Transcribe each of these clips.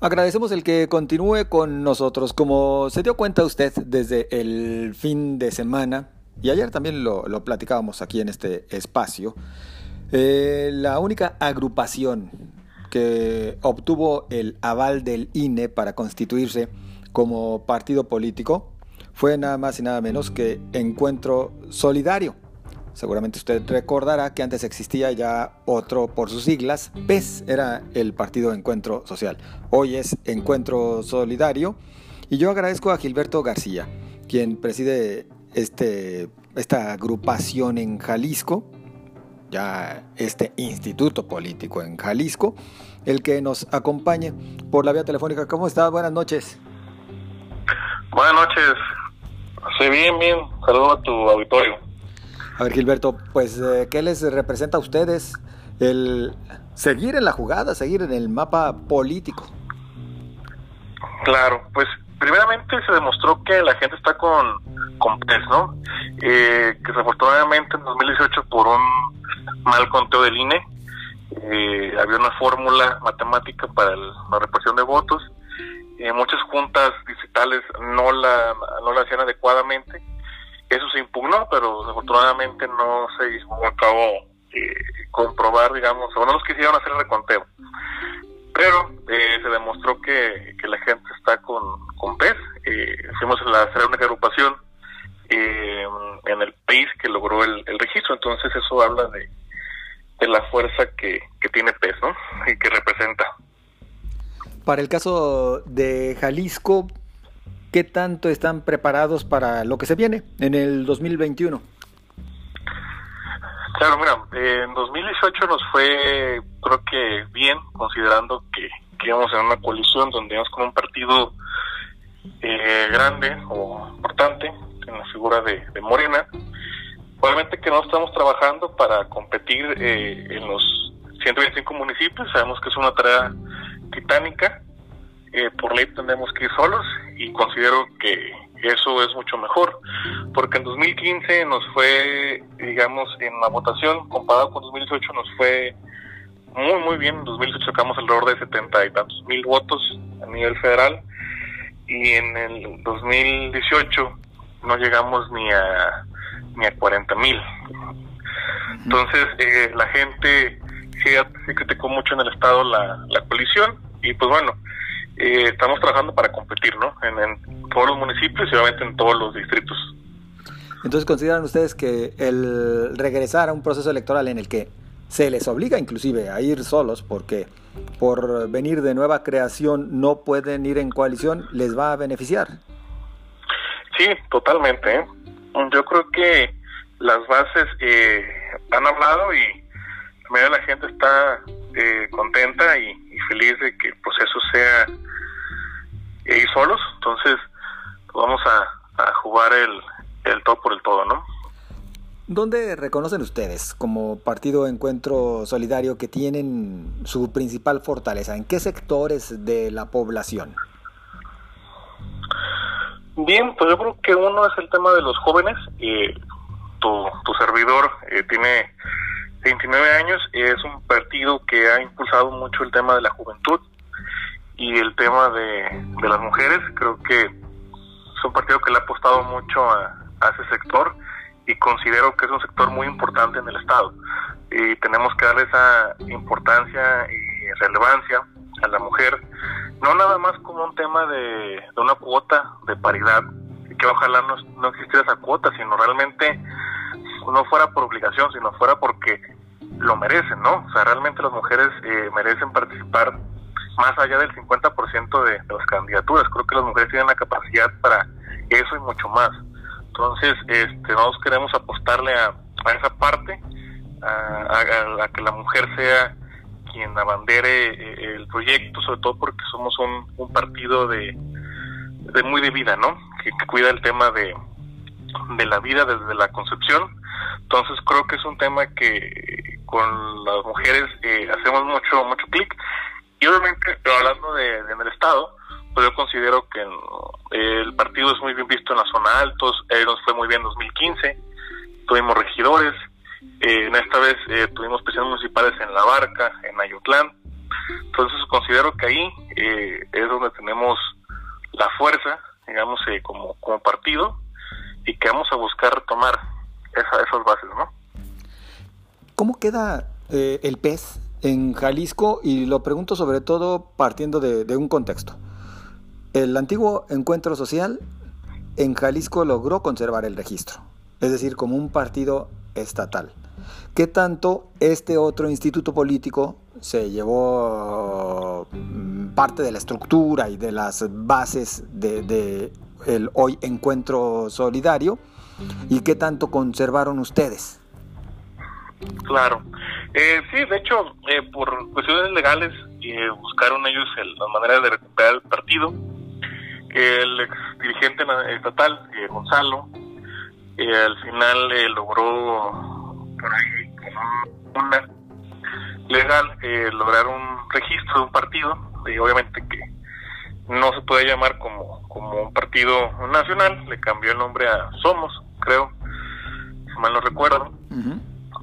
Agradecemos el que continúe con nosotros. Como se dio cuenta usted desde el fin de semana, y ayer también lo platicábamos aquí en este espacio, la única agrupación que obtuvo el aval del INE para constituirse como partido político fue nada más y nada menos que Encuentro Solidario. Seguramente usted recordará que antes existía ya otro por sus siglas, PES, era el Partido Encuentro Social. Hoy es Encuentro Solidario y yo agradezco a Gilberto García, quien preside esta agrupación en Jalisco, ya este instituto político en Jalisco, el que nos acompañe por la vía telefónica. ¿Cómo está? Buenas noches. Buenas noches. Sí, bien. Saludos a tu auditorio. A ver, Gilberto, pues, ¿qué les representa a ustedes el seguir en la jugada, seguir en el mapa político? Claro, pues, primeramente se demostró que la gente está con PES, ¿no? Que desafortunadamente en 2018 por un mal conteo del INE, había una fórmula matemática para la repartición de votos. Muchas juntas distritales no la hacían adecuadamente. Eso se impugnó, pero desafortunadamente no se llevó a cabo comprobar, digamos, o no nos quisieron hacer el reconteo. Pero se demostró que la gente está con PES. Fuimos la única agrupación en el país que logró el registro. Entonces eso habla de la fuerza que tiene PES, ¿no? Y que representa. Para el caso de Jalisco, ¿qué tanto están preparados para lo que se viene en el 2021? Claro, mira, en 2018 nos fue, creo que bien, considerando que íbamos en una coalición donde íbamos con un partido grande o importante, en la figura de Morena. Obviamente que no estamos trabajando para competir en los 125 municipios, sabemos que es una tarea titánica. Por ley tendremos que ir solos y considero que eso es mucho mejor, porque en 2015 nos fue, digamos, en la votación, comparado con 2018 nos fue muy bien. En 2018 sacamos alrededor de 70 y tantos mil votos a nivel federal, y en el 2018 no llegamos ni a 40,000. Entonces la gente sí criticó mucho en el estado la coalición, y pues bueno, estamos trabajando para competir, ¿no? En todos los municipios y obviamente en todos los distritos. Entonces, ¿consideran ustedes que el regresar a un proceso electoral en el que se les obliga inclusive a ir solos, porque por venir de nueva creación no pueden ir en coalición, les va a beneficiar? Sí, totalmente, ¿eh? Yo creo que las bases han hablado y la mayoría de la gente está contenta y feliz de que pues eso sea ir solos. Entonces vamos a jugar el todo por el todo, ¿no? ¿Dónde reconocen ustedes como Partido Encuentro Solidario que tienen su principal fortaleza? ¿En qué sectores de la población? Bien, pues yo creo que uno es el tema de los jóvenes. Tu servidor tiene 29 años, es un partido que ha impulsado mucho el tema de la juventud y el tema de las mujeres. Creo que es un partido que le ha apostado mucho a ese sector y considero que es un sector muy importante en el estado, y tenemos que darle esa importancia y relevancia a la mujer, no nada más como un tema de una cuota de paridad, que ojalá no existiera esa cuota, sino realmente no fuera por obligación, sino fuera porque lo merecen, ¿no? O sea, realmente las mujeres merecen participar más allá del 50% de las candidaturas. Creo que las mujeres tienen la capacidad para eso y mucho más. Entonces, nosotros queremos apostarle a esa parte, a que la mujer sea quien abandere el proyecto, sobre todo porque somos un partido de muy de vida, ¿no? Que cuida el tema de la vida desde la concepción. Entonces creo que es un tema que con las mujeres hacemos mucho clic. Y obviamente, hablando en el estado, pues yo considero que el partido es muy bien visto en la zona altos. Nos fue muy bien en 2015, tuvimos regidores, esta vez tuvimos presidentes municipales en La Barca, en Ayotlán. Entonces considero que ahí es donde tenemos la fuerza, digamos, como partido, y que vamos a buscar retomar esas bases, ¿no? ¿Cómo queda el PES en Jalisco? Y lo pregunto sobre todo partiendo de un contexto. El antiguo Encuentro Social en Jalisco logró conservar el registro, es decir, como un partido estatal. ¿Qué tanto este otro instituto político se llevó parte de la estructura y de las bases de el hoy Encuentro Solidario? ¿Y qué tanto conservaron ustedes? Claro. Sí, de hecho, por cuestiones legales, buscaron ellos la manera de recuperar el partido. El ex dirigente estatal, Gonzalo, al final logró, por ahí, con una legal, lograr un registro de un partido, obviamente que no se puede llamar como un partido nacional, le cambió el nombre a Somos, creo, si mal no recuerdo. Uh-huh.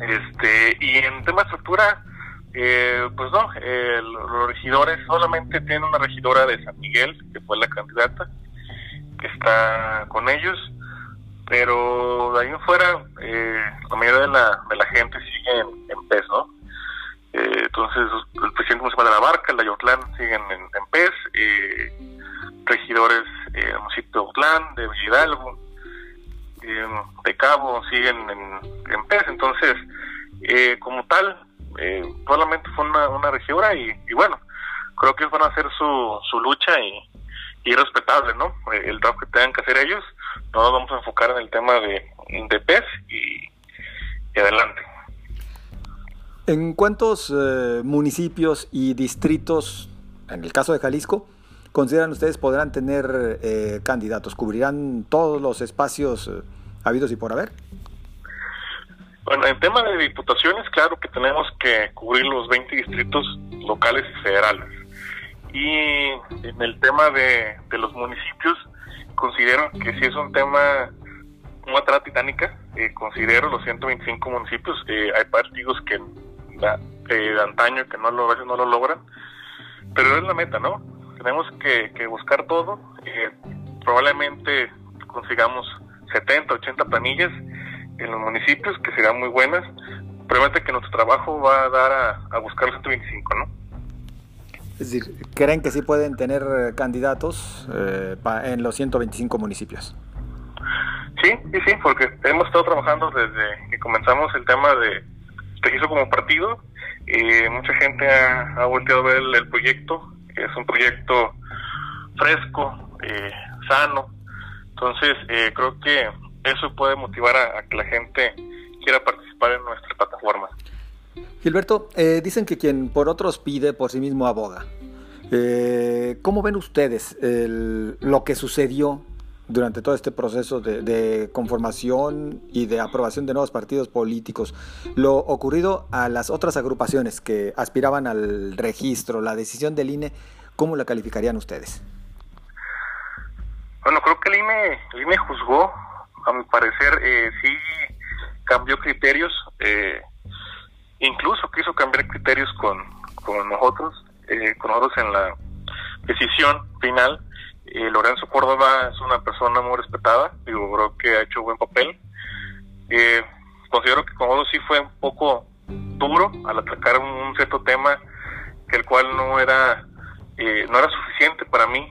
Y en tema de estructura, pues no, los regidores solamente tienen una regidora de San Miguel, que fue la candidata, que está con ellos, pero de ahí en fuera, la mayoría de la gente sigue en PES, ¿no? Entonces, el presidente municipal de La Barca, el de Ayotlán, siguen en PES, regidores del municipio de Ayotlán, de Villa Hidalgo, de Cabo, siguen en PES. Entonces, como tal, solamente fue una regidora y bueno, creo que van a hacer su lucha y respetable, ¿no? El trabajo que tengan que hacer ellos, no nos vamos a enfocar en el tema de PES y adelante. ¿En cuántos municipios y distritos, en el caso de Jalisco, consideran ustedes podrán tener candidatos? ¿Cubrirán todos los espacios habidos y por haber? Bueno, en tema de diputaciones, claro que tenemos que cubrir los 20 distritos locales y federales. Y en el tema de los municipios, considero que sí es un tema, una tarea titánica. Considero los 125 municipios. Hay partidos que de antaño que a veces no lo logran, pero es la meta, ¿no? Tenemos que buscar todo. Probablemente consigamos 70, 80 planillas en los municipios, que serán muy buenas. Probablemente que nuestro trabajo va a dar a buscar los 125, ¿no? Es decir, ¿creen que sí pueden tener candidatos en los 125 municipios? Sí, porque hemos estado trabajando desde que comenzamos el tema de registro como partido. Mucha gente ha volteado a ver el proyecto. Es un proyecto fresco, sano. Entonces, creo que eso puede motivar a que la gente quiera participar en nuestra plataforma. Gilberto, dicen que quien por otros pide, por sí mismo aboga. ¿Cómo ven ustedes lo que sucedió durante todo este proceso de conformación y de aprobación de nuevos partidos políticos? Lo ocurrido a las otras agrupaciones que aspiraban al registro, la decisión del INE, ¿cómo la calificarían ustedes? Bueno, creo que el INE juzgó, a mi parecer, sí cambió criterios, incluso quiso cambiar criterios con nosotros en la decisión final. Lorenzo Córdoba es una persona muy respetada, creo que ha hecho buen papel. Considero que con nosotros sí fue un poco duro al atacar un cierto tema, que el cual no era suficiente para mí.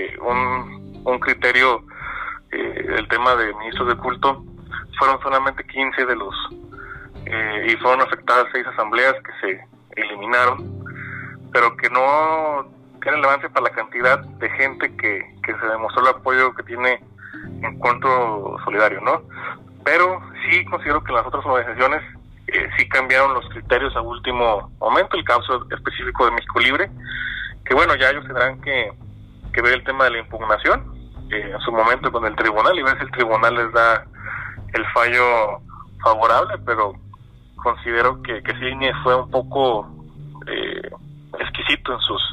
Un criterio, el tema de ministros de culto, fueron solamente 15 de los y fueron afectadas 6 asambleas que se eliminaron, pero que no tiene relevancia para la cantidad de gente que se demostró el apoyo que tiene Encuentro Solidario, ¿no? Pero sí considero que las otras organizaciones sí cambiaron los criterios a último momento. El caso específico de México Libre, que bueno, ya ellos tendrán que ver el tema de la impugnación en su momento con el tribunal y ver si el tribunal les da el fallo favorable, pero considero que sí fue un poco exquisito en sus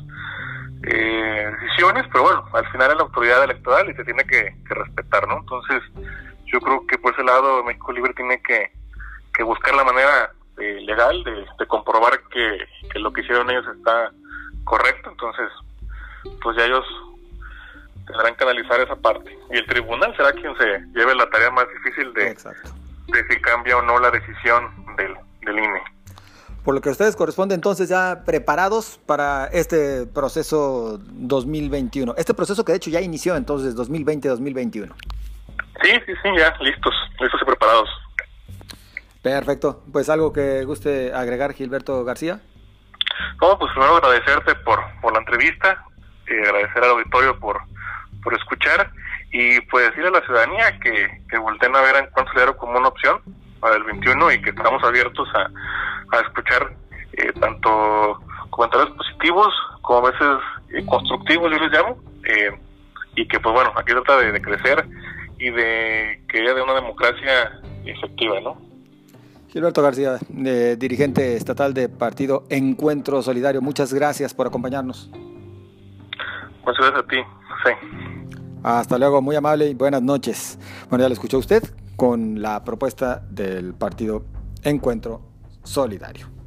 decisiones, pero bueno, al final es la autoridad electoral y se tiene que respetar, ¿no? Entonces, yo creo que por ese lado México Libre tiene que buscar la manera legal de comprobar que lo que hicieron ellos está correcto. Entonces, pues ya ellos tendrán que analizar esa parte. Y el tribunal será quien se lleve la tarea más difícil de si cambia o no la decisión del INE. Por lo que ustedes corresponde entonces ya preparados para este proceso 2021. Este proceso que de hecho ya inició entonces 2020-2021. Sí, ya listos y preparados. Perfecto. Pues algo que guste agregar, Gilberto García. No, pues primero agradecerte por la entrevista, agradecer al auditorio por escuchar y pues decirle a la ciudadanía que volteen a ver a Encuentro Solidario como una opción para el 21 y que estamos abiertos a escuchar tanto comentarios positivos como a veces constructivos, yo les llamo, y que pues bueno, aquí trata de crecer y de que haya de una democracia efectiva, ¿no? Gilberto García, dirigente estatal de Partido Encuentro Solidario, muchas gracias por acompañarnos. Muchas gracias a ti, sí. Hasta luego, muy amable y buenas noches. Bueno, ya lo escuchó usted con la propuesta del Partido Encuentro Solidario.